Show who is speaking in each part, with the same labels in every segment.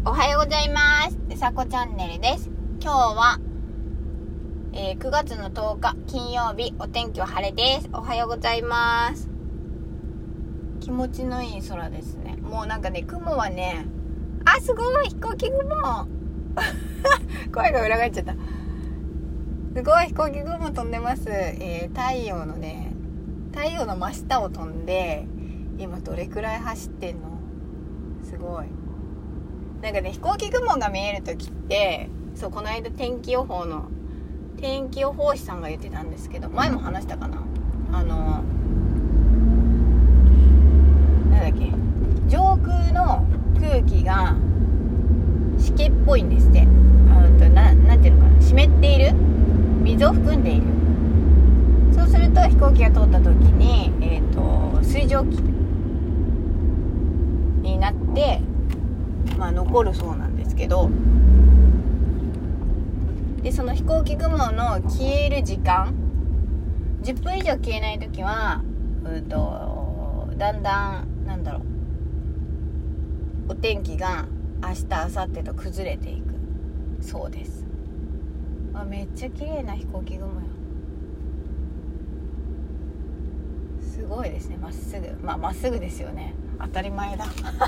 Speaker 1: おはようございます。うさこチャンネルです。今日は、9月の10日金曜日、お天気は晴れです。おはようございます。気持ちのいい空ですね。もうなんかね、雲はね、すごい飛行機雲声が裏返っちゃった。すごい飛行機雲飛んでます。太陽の真下を飛んで、今どれくらい走ってんの？すごい。なんかね、飛行機雲が見えるときって、そう、この間天気予報士さんが言ってたんですけど、前も話したかな。なんだっけ、上空の空気が湿気っぽいんですって。なんていうのかな、湿っている、水を含んでいる。そうすると飛行機が通った時に、水蒸気になって、残るそうなんですけど、でその飛行機雲の消える時間、10分以上消えないときはだんだんお天気が明日明後日と崩れていくそうです。めっちゃ綺麗な飛行機雲よ。すごいですね。まっすぐ、まっすぐですよね。当たり前だ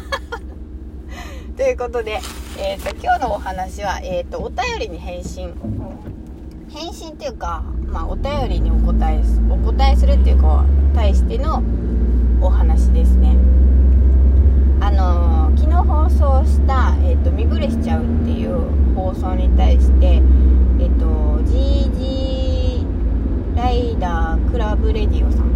Speaker 1: ということで、今日のお話は、お便りに返信っていうか、お便りにお答えするっていうか対してのお話ですね。昨日放送した、身震いしちゃうっていう放送に対して、GG ライダークラブレディオさん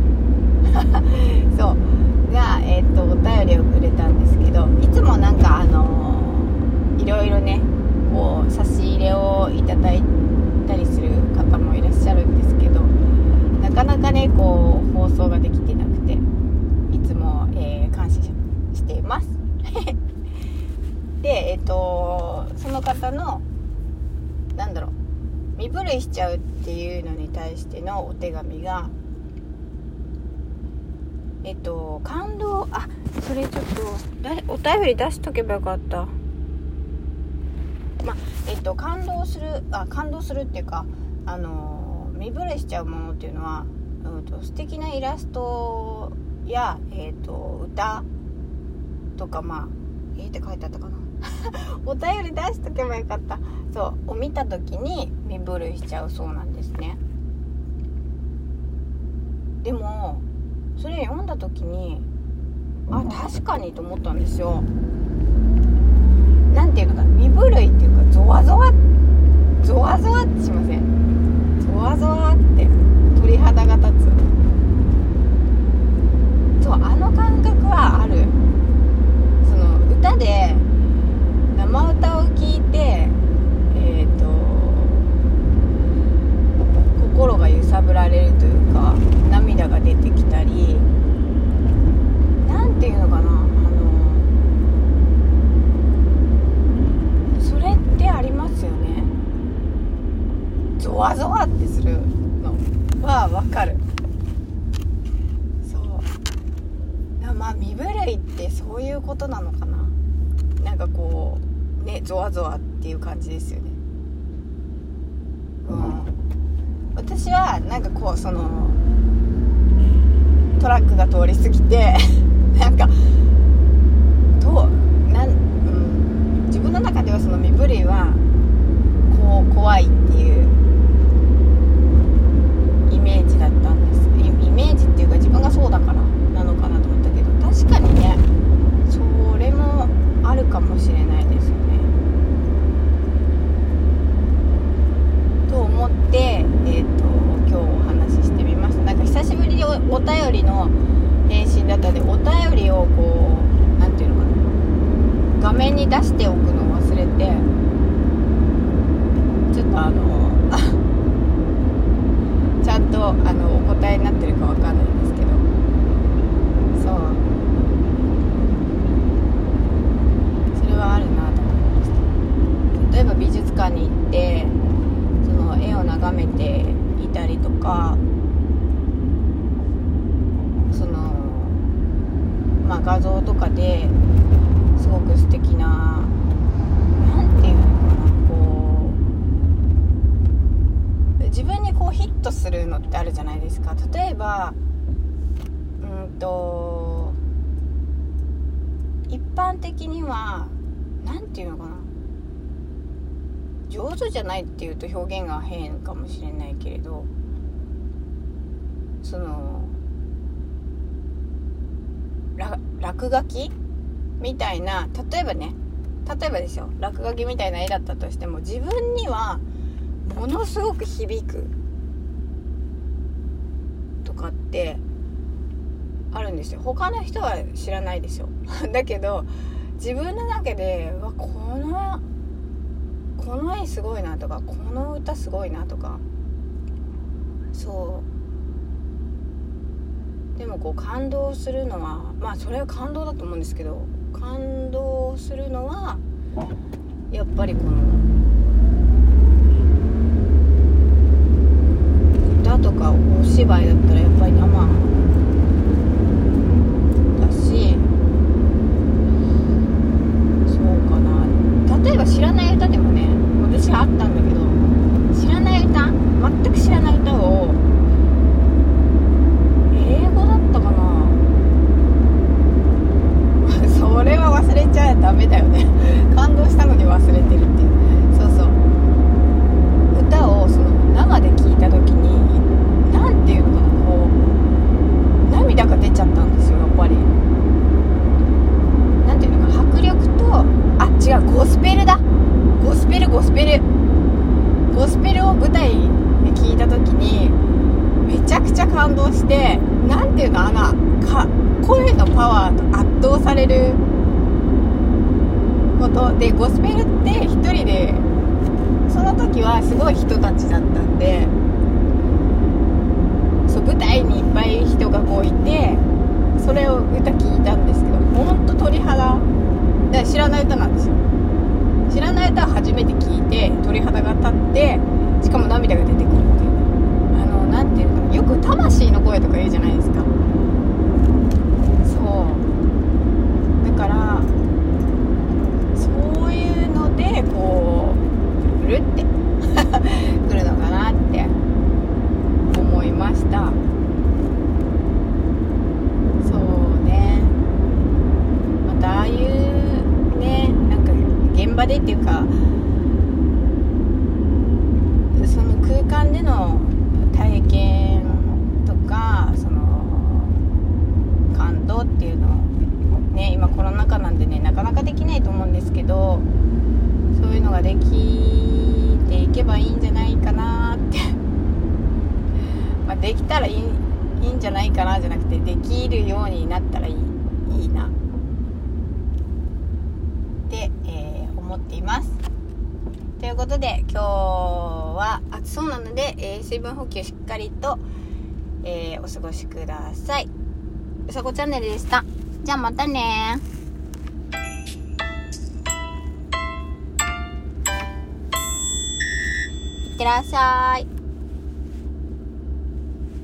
Speaker 1: そうが、お便りをくれたんですけど、いつもなんかいろいろね、こう差し入れをいただいたりする方もいらっしゃるんですけど、なかなかね、こう放送ができてなくて、いつも、感謝していますで、その方の身震いしちゃうっていうのに対してのお手紙が、感動、それちょっとお便り出しとけばよかった。感動するっていうか、身震いしちゃうものっていうのは、素敵なイラストや、歌とか、って書いてあったかなお便り出しとけばよかった。そうを見た時に身震いしちゃうそうなんですね。でもそれ読んだ時に確かにと思ったんですよ。なんていうのか、身震いっていうか、ゾワゾワってしません？ゾワゾワって鳥肌が立つ。そう、あの感覚はある。その歌で生歌を聴いて、心が揺さぶられるというか、涙が出てきたり、なんていうのかな、それってありますよね。ゾワゾワってするのはわかる。そう、身震いってそういうことなのかな。なんかこうね、ゾワゾワっていう感じですよね。私はなんかこう、そのトラックが通り過ぎてなんか自分の中ではその身震いはこう怖いっていうイメージだったんです。イメージっていうか、自分がそうだからなのかなと思ったけど、確かにね、それもあるかもしれないですよねと思って、今日お話ししてみました。なんか久しぶりにお便りの返信だったので、お便りをこう、なんていうのかな、画面に出しておくのを忘れて、ちょっとちゃんとお答えになってるかわかんないんですけど、そう、それはあるなと思いました。例えば美術館に行ってその絵を眺めていたりとか、その画像とかですごく素敵なないですか。例えば一般的にはなんていうのかな、上手じゃないっていうと表現が変かもしれないけれど、その落書きみたいな、例えばですよ、落書きみたいな絵だったとしても、自分にはものすごく響くとかってあるんですよ。他の人は知らないですよだけど自分の中でこの絵すごいなとか、この歌すごいなとか、そうでもこう感動するのは、まあそれは感動だと思うんですけど、感動するのはやっぱりこの歌とかお芝居だったらやっぱり生だし、そうかな。例えば知らない歌でもね、私はあったんだけど、知らない歌、全く知らない歌を英語だったかなそれは忘れちゃダメだよね感動したのに忘れてるっていう。そうそう、歌をその生で聴いた時になんていうのかな、こう涙が出ちゃったんですよ。やっぱりなんていうのかな、迫力と、あ、違う、ゴスペルだ、ゴスペルを舞台で聴いた時にめちゃくちゃ感動して、なんていうの、声のパワーと圧倒されることで、ゴスペルって一人で、その時はすごい人たちだったんで、そう舞台にいっぱい人がこういて、それを歌聞いたんですけど、ほんと鳥肌で、知らない歌なんですよ。知らない歌を初めて聞いて鳥肌が立って、しかも涙が出てくるっていう、なんていうの、よく魂の声とか言うじゃないですか。そうだからそういうのでこうプルってくるのかなって思いました。そうね、またああいうね、なんか現場でっていうか、その空間での体験とか、その感動っていうのをね、今コロナ禍なんでね、なかなかできないと思うんですけど、そういうのができていけばいいんじゃないかなってまあできたらいいんじゃないかなじゃなくて、できるようになったらいいなって、思っています。ということで今日は暑そうなので、水分補給しっかりと、お過ごしください。うさこチャンネルでした。じゃあまたね。いってらっしゃい。